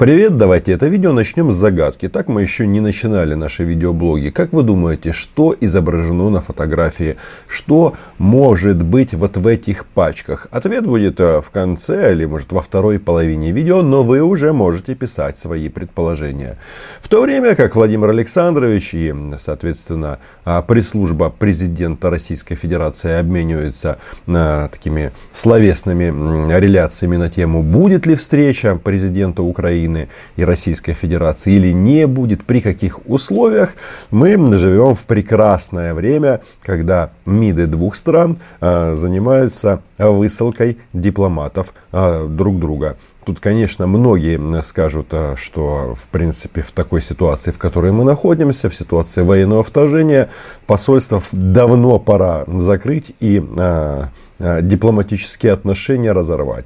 Привет, давайте это видео начнем с загадки. Так мы еще не начинали наши видеоблоги. Как вы думаете, что изображено на фотографии? Что может быть вот в этих пачках? Ответ будет в конце или может во второй половине видео, но вы уже можете писать свои предположения. В то время как Владимир Александрович и, соответственно, пресс-служба президента Российской Федерации обмениваются такими словесными реляциями на тему, будет ли встреча президента Украины и Российской Федерации или не будет, при каких условиях, мы живем в прекрасное время, когда МИДы двух стран занимаются высылкой дипломатов друг друга. Тут, конечно, многие скажут, что, в принципе, в такой ситуации, в которой мы находимся, в ситуации военного вторжения, посольство давно пора закрыть и дипломатические отношения разорвать.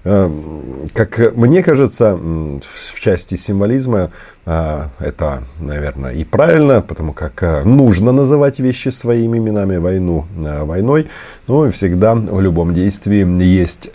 Как мне кажется, в части символизма это, наверное, и правильно, потому как нужно называть вещи своими именами, войну войной, но всегда в любом действии есть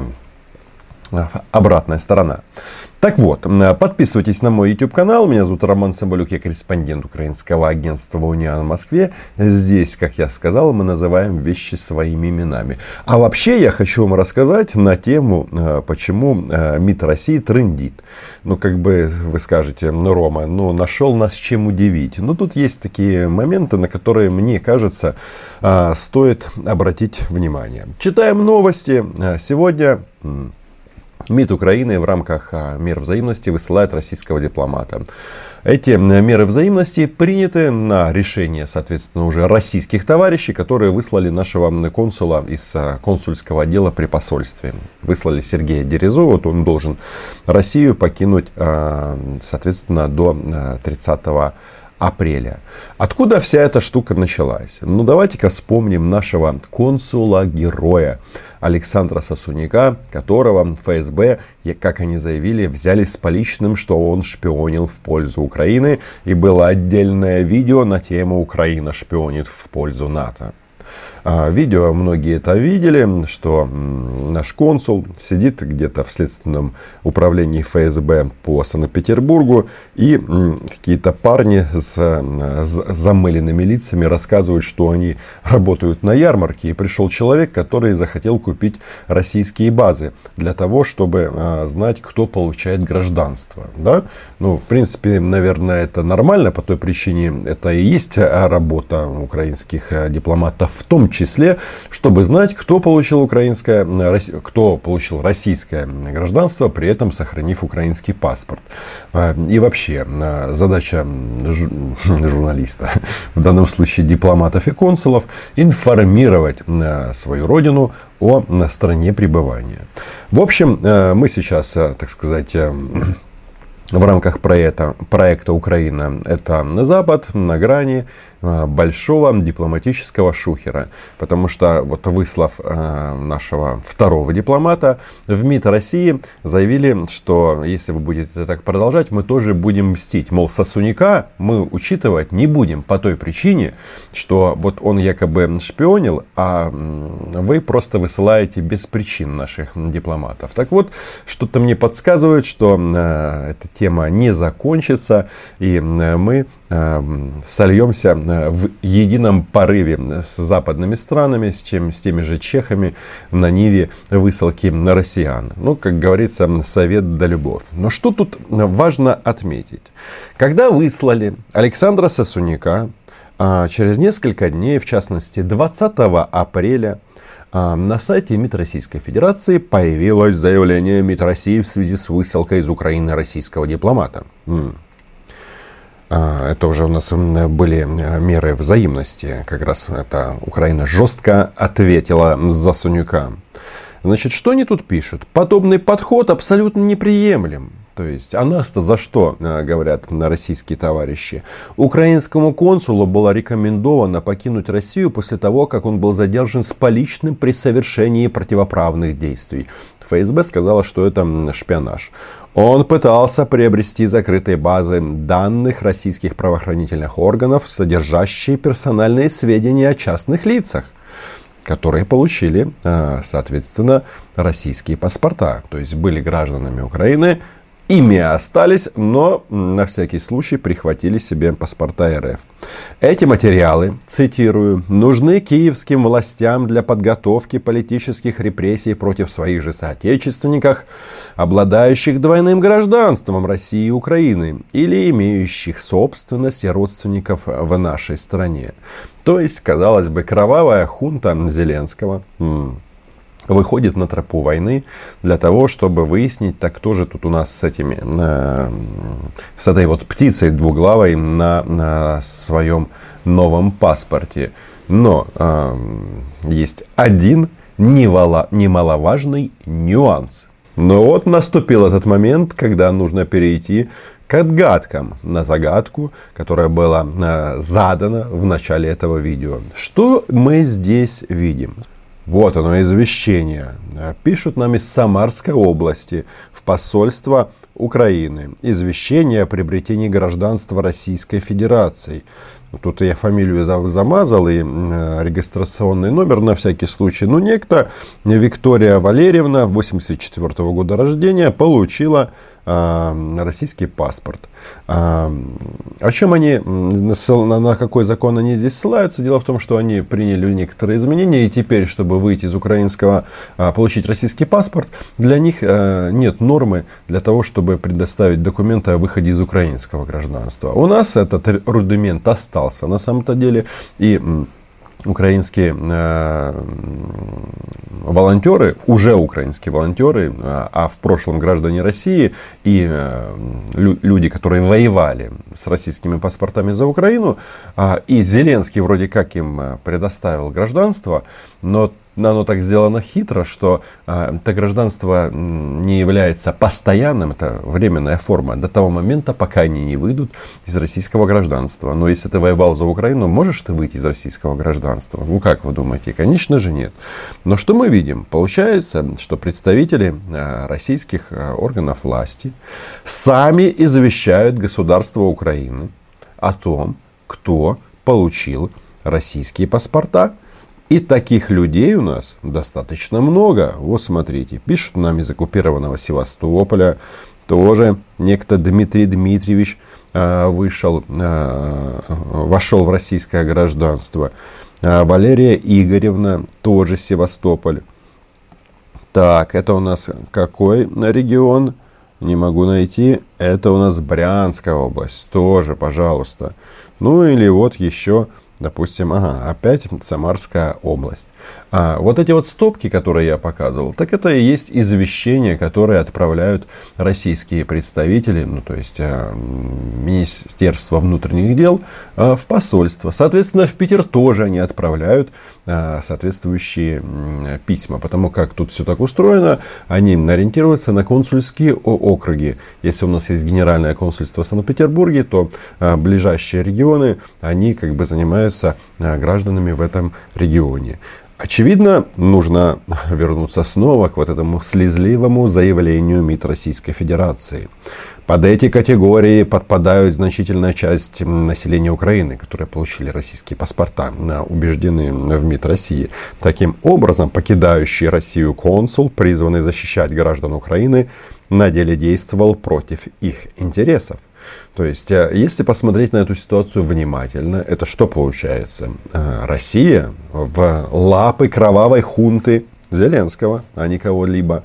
обратная сторона. Так вот, подписывайтесь на мой YouTube канал. Меня зовут Роман Соболюк, я корреспондент украинского агентства «Униан» в Москве. Здесь, как я сказал, мы называем вещи своими именами. А вообще я хочу вам рассказать на тему, почему МИД России трындит. Ну, как бы вы скажете, Рома, нашел нас чем удивить. Но тут есть такие моменты, на которые, мне кажется, стоит обратить внимание. Читаем новости. Сегодня МИД Украины в рамках мер взаимности высылает российского дипломата. Эти меры взаимности приняты на решение, соответственно, уже российских товарищей, которые выслали нашего консула из консульского отдела при посольстве. Выслали Сергея Дерезу, вот он должен Россию покинуть, соответственно, до 30 апреля. Откуда вся эта штука началась? Давайте-ка вспомним нашего консула-героя Александра Сосуняка, которого ФСБ, как они заявили, взяли с поличным, что он шпионил в пользу Украины. И было отдельное видео на тему «Украина шпионит в пользу НАТО». Видео многие это видели, что наш консул сидит где-то в следственном управлении ФСБ по Санкт-Петербургу, и какие-то парни с замыленными лицами рассказывают, что они работают на ярмарке, и пришел человек, который захотел купить российские базы для того, чтобы знать, кто получает гражданство. Да? В принципе, наверное, это нормально, по той причине это и есть работа украинских дипломатов, в том числе, чтобы знать, кто получил российское гражданство, при этом сохранив украинский паспорт. И вообще, задача журналиста, в данном случае дипломатов и консулов, информировать свою родину о стране пребывания. В общем, мы сейчас, так сказать, в рамках проекта «Украина» — это Запад на грани большого дипломатического шухера. Потому что, выслав нашего второго дипломата, в МИД России заявили, что если вы будете так продолжать, мы тоже будем мстить. Мол, Сосуняка мы учитывать не будем по той причине, что он якобы шпионил, а вы просто высылаете без причин наших дипломатов. Так вот, что-то мне подсказывает, что эта тема не закончится, и мы сольемся в едином порыве с западными странами, с теми же чехами на ниве высылки на россиян. Как говорится, совет да любовь. Но что тут важно отметить? Когда выслали Александра Сосуняка, через несколько дней, в частности 20 апреля, на сайте МИД Российской Федерации появилось заявление МИД России в связи с высылкой из Украины российского дипломата. Это уже у нас были меры взаимности. Как раз это Украина жестко ответила за Сосуняка. Значит, что они тут пишут? Подобный подход абсолютно неприемлем. То есть, а нас-то за что, говорят российские товарищи? Украинскому консулу было рекомендовано покинуть Россию после того, как он был задержан с поличным при совершении противоправных действий. ФСБ сказала, что это шпионаж. Он пытался приобрести закрытые базы данных российских правоохранительных органов, содержащие персональные сведения о частных лицах, которые получили, соответственно, российские паспорта. То есть были гражданами Украины, ими остались, но на всякий случай прихватили себе паспорта РФ. Эти материалы, цитирую, нужны киевским властям для подготовки политических репрессий против своих же соотечественников, обладающих двойным гражданством России и Украины или имеющих собственность и родственников в нашей стране. То есть, казалось бы, кровавая хунта Зеленского выходит на тропу войны для того, чтобы выяснить, так кто же тут у нас с этой вот птицей двуглавой на своем новом паспорте. Но есть один немаловажный нюанс. Но вот наступил этот момент, когда нужно перейти к отгадкам на загадку, которая была задана в начале этого видео. Что мы здесь видим? Вот оно, извещение. Пишут нам из Самарской области в посольство Украины. Извещение о приобретении гражданства Российской Федерации. Тут я фамилию замазал и регистрационный номер на всякий случай. Но некто Виктория Валерьевна, 1984 года рождения, получила российский паспорт. О чем они, на какой закон они здесь ссылаются? Дело в том, что они приняли некоторые изменения, и теперь, чтобы выйти из украинского, получить российский паспорт, для них нет нормы для того, чтобы предоставить документы о выходе из украинского гражданства. У нас этот рудимент остался на самом-то деле, и украинские волонтеры, уже украинские волонтеры, а в прошлом граждане России и люди, которые воевали с российскими паспортами за Украину, и Зеленский вроде как им предоставил гражданство, но оно так сделано хитро, что это гражданство не является постоянным, это временная форма до того момента, пока они не выйдут из российского гражданства. Но если ты воевал за Украину, можешь ты выйти из российского гражданства? Ну, как вы думаете? Конечно же нет. Но что мы видим? Получается, что представители российских органов власти сами извещают государство Украины о том, кто получил российские паспорта. И таких людей у нас достаточно много. Вот смотрите, пишут нам из оккупированного Севастополя. Тоже некто Дмитрий Дмитриевич вошел в российское гражданство. Валерия Игоревна, тоже Севастополь. Так, это у нас какой регион? Не могу найти. Это у нас Брянская область. Тоже, пожалуйста. Ну или вот еще... Допустим, опять Самарская область. Вот эти вот стопки, которые я показывал, так это и есть извещения, которые отправляют российские представители, ну то есть Министерство внутренних дел, в посольство. Соответственно, в Питер тоже они отправляют соответствующие письма. Потому как тут все так устроено, они ориентируются на консульские округи. Если у нас есть генеральное консульство в Санкт-Петербурге, то ближайшие регионы, они как бы занимаются гражданами в этом регионе. Очевидно, нужно вернуться снова к вот этому слезливому заявлению МИД Российской Федерации. Под эти категории подпадают значительная часть населения Украины, которые получили российские паспорта, убеждены в МИД России. Таким образом, покидающий Россию консул, призванный защищать граждан Украины, на деле действовал против их интересов. То есть, если посмотреть на эту ситуацию внимательно, это что получается? Россия в лапы кровавой хунты Зеленского, а не кого-либо,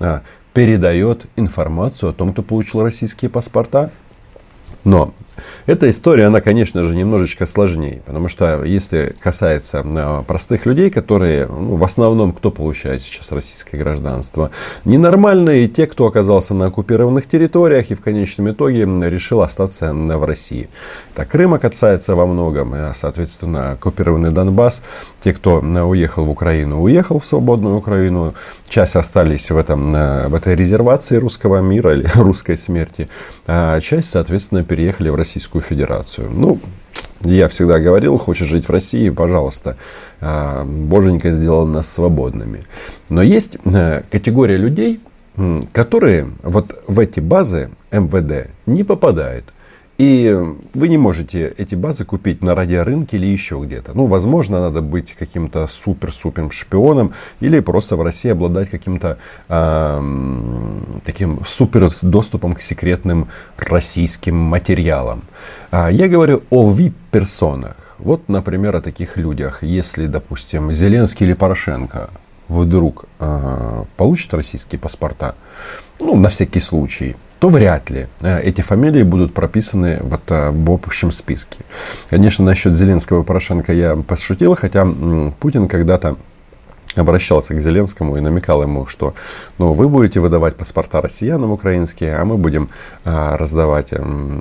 передает информацию о том, кто получил российские паспорта. Но эта история, она, конечно же, немножечко сложнее. Потому что, если касается простых людей, которые, в основном, кто получает сейчас российское гражданство, ненормальные те, кто оказался на оккупированных территориях и в конечном итоге решил остаться в России. Так, Крым касается во многом, соответственно, оккупированный Донбасс. Те, кто уехал в Украину, уехал в свободную Украину. Часть остались в этой резервации русского мира или русской смерти. А часть, соответственно, переехали в Российскую Федерацию. Ну, я всегда говорил, хочешь жить в России, пожалуйста. Боженька сделал нас свободными. Но есть категория людей, которые вот в эти базы МВД не попадают. И вы не можете эти базы купить на радиорынке или еще где-то. Ну, возможно, надо быть каким-то супер-супер шпионом или просто в России обладать каким-то таким супер доступом к секретным российским материалам. Я говорю о VIP-персонах. Вот, например, о таких людях. Если, допустим, Зеленский или Порошенко вдруг получат российские паспорта, ну, на всякий случай, то вряд ли эти фамилии будут прописаны в общем списке. Конечно, насчет Зеленского и Порошенко я пошутил, хотя Путин когда-то обращался к Зеленскому и намекал ему, что вы будете выдавать паспорта россиянам украинские, а мы будем раздавать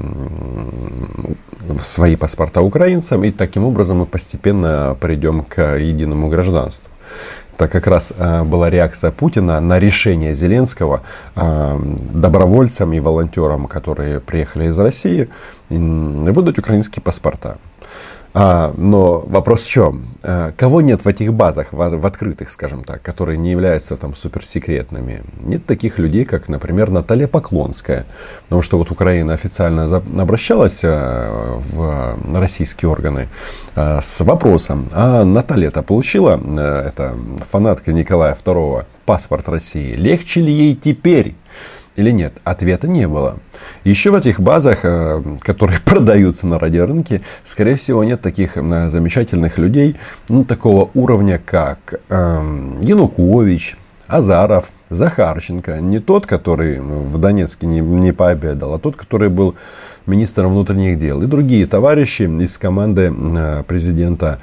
свои паспорта украинцам, и таким образом мы постепенно придем к единому гражданству. Это как раз была реакция Путина на решение Зеленского добровольцам и волонтерам, которые приехали из России, выдать украинские паспорта. Но вопрос в чем? Кого нет в этих базах, в открытых, скажем так, которые не являются там суперсекретными? Нет таких людей, как, например, Наталья Поклонская. Потому что вот Украина официально обращалась в российские органы с вопросом: а Наталья-то получила, это фанатка Николая II, паспорт России? Легче ли ей теперь? Или нет? Ответа не было. Еще в этих базах, которые продаются на радиорынке, скорее всего, нет таких замечательных людей, такого уровня, как Янукович, Азаров, Захарченко. Не тот, который в Донецке не пообедал, а тот, который был министром внутренних дел. И другие товарищи из команды президента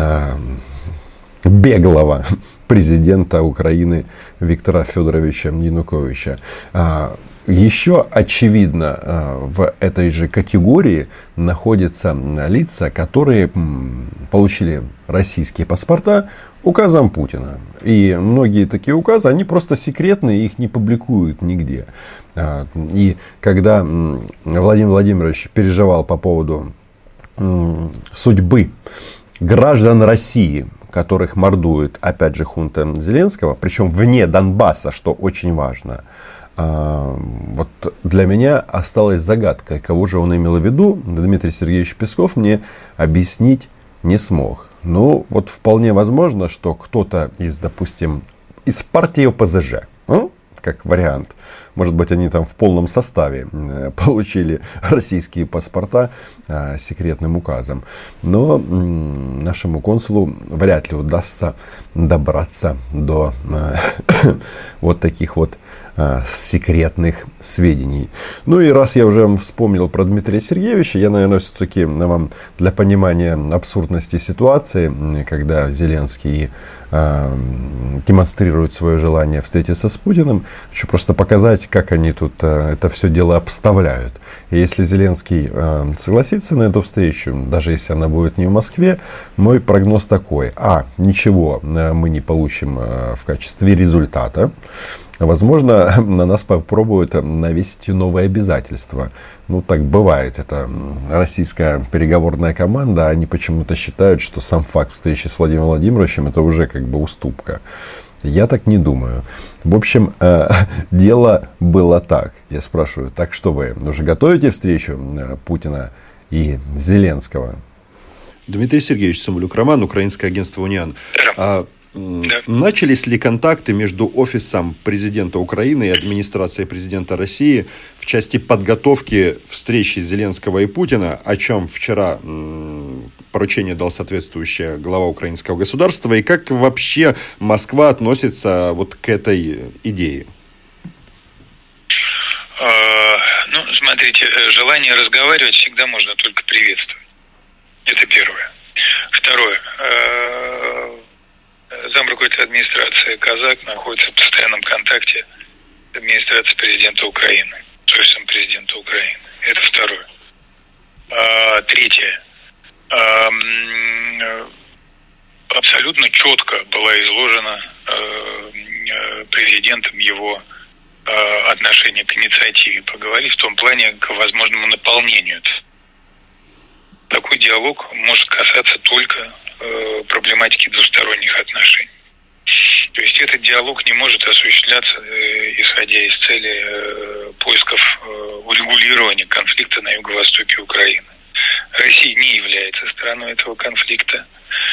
беглого президента Украины Виктора Федоровича Януковича. Еще, очевидно, в этой же категории находятся лица, которые получили российские паспорта указом Путина. И многие такие указы, они просто секретные, их не публикуют нигде. И когда Владимир Владимирович переживал по поводу судьбы граждан России, которых мордует, опять же, хунта Зеленского, причем вне Донбасса, что очень важно. Вот для меня осталась загадкой, кого же он имел в виду. Дмитрий Сергеевич Песков мне объяснить не смог. Ну, вот вполне возможно, что кто-то допустим, из партии ОПЗЖ, как вариант. Может быть, они там в полном составе получили российские паспорта секретным указом. Но нашему консулу вряд ли удастся добраться до вот таких вот секретных сведений. Ну и раз я уже вспомнил про Дмитрия Сергеевича, я, наверное, все-таки вам для понимания абсурдности ситуации, когда Зеленский демонстрирует свое желание встретиться с Путиным, хочу просто показать, как они тут это все дело обставляют. И если Зеленский согласится на эту встречу, даже если она будет не в Москве, мой прогноз такой: ничего мы не получим в качестве результата. Возможно, на нас попробуют навесить новые обязательства. Ну, так бывает. Это российская переговорная команда. Они почему-то считают, что сам факт встречи с Владимиром Владимировичем — это уже как бы уступка. Я так не думаю. В общем, дело было так. Я спрашиваю: так что вы уже готовите встречу Путина и Зеленского? Дмитрий Сергеевич Цымбалюк, Роман, Украинское агентство «Униан». Начались ли контакты между офисом президента Украины и администрацией президента России в части подготовки встречи Зеленского и Путина, о чем вчера поручение дал соответствующая глава украинского государства, и как вообще Москва относится вот к этой идее? Смотрите, желание разговаривать всегда можно только приветствовать. Это первое. Второе. Замруководитель администрации Казак находится в постоянном контакте с администрацией президента Украины, с офисом президента Украины. Это второе. Третье. Абсолютно четко была изложена президентом его отношение к инициативе поговорить в том плане к возможному наполнению. Такой диалог может касаться только проблематики двусторонних отношений. То есть этот диалог не может осуществляться, исходя из цели поисков урегулирования конфликта на юго-востоке Украины. Россия не является стороной этого конфликта.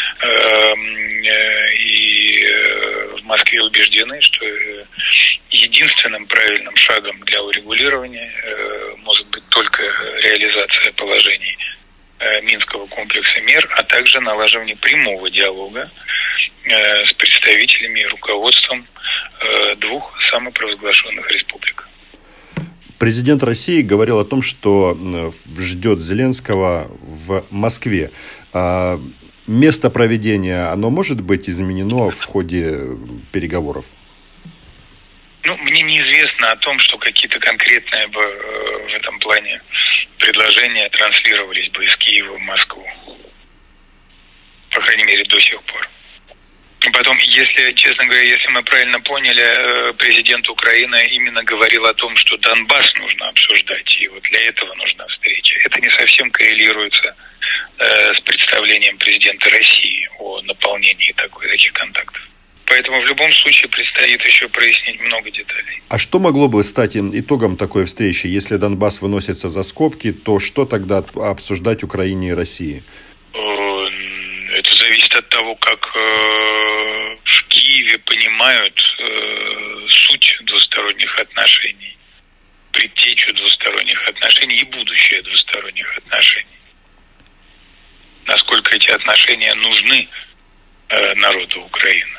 И в Москве убеждены, что единственным правильным шагом для урегулирования может быть только реализация положений Минского комплекса мер, а также налаживание прямого диалога с представителями и руководством двух самопровозглашенных республик. Президент России говорил о том, что ждет Зеленского в Москве. Место проведения, оно может быть изменено в ходе переговоров? Мне неизвестно о том, что какие-то конкретные бы в этом плане предложения транслировались бы из Киева в Москву. По крайней мере, до сих пор. Потом, честно говоря, если мы правильно поняли, президент Украины именно говорил о том, что Донбасс нужно обсуждать, и вот для этого нужна встреча. Это не совсем коррелируется с представлением президента России о наполнении таких контактов. Поэтому в любом случае предстоит еще прояснить много деталей. А что могло бы стать итогом такой встречи? Если Донбасс выносится за скобки, то что тогда обсуждать Украине и России? Это зависит от того, как в Киеве понимают суть двусторонних отношений, предтечу двусторонних отношений и будущее двусторонних отношений. Насколько эти отношения нужны народу Украины.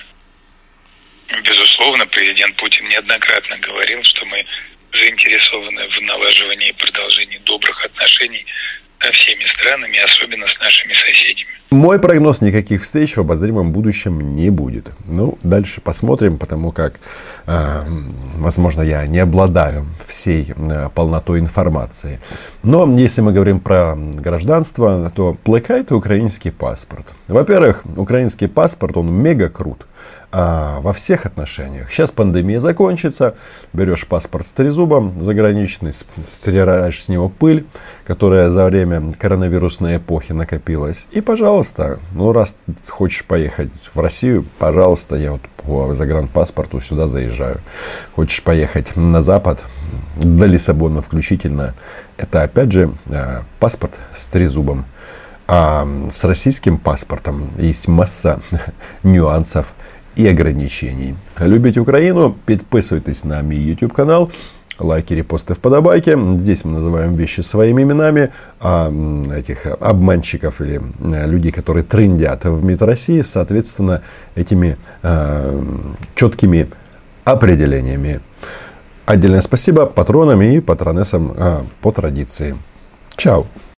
Безусловно, президент Путин неоднократно говорил, что мы заинтересованы в налаживании и продолжении добрых отношений со всеми странами, особенно с нашими соседями. Мой прогноз: никаких встреч в обозримом будущем не будет. Дальше посмотрим, потому как, возможно, я не обладаю всей полнотой информации. Но если мы говорим про гражданство, то плекайте украинский паспорт. Во-первых, украинский паспорт, он мега крут. Во всех отношениях. Сейчас пандемия закончится, берешь паспорт с трезубом заграничный, стираешь с него пыль, которая за время коронавирусной эпохи накопилась. И, пожалуйста, раз хочешь поехать в Россию, пожалуйста, я по загранпаспорту сюда заезжаю. Хочешь поехать на Запад, до Лиссабона включительно, это опять же паспорт с трезубом. А с российским паспортом есть масса нюансов и ограничений. Любите Украину? Подписывайтесь на мой YouTube канал. Лайки, репосты, вподобайки. Здесь мы называем вещи своими именами. А этих обманщиков или людей, которые трындят в МИД России, соответственно, этими четкими определениями. Отдельное спасибо патронам и патронессам по традиции. Чао!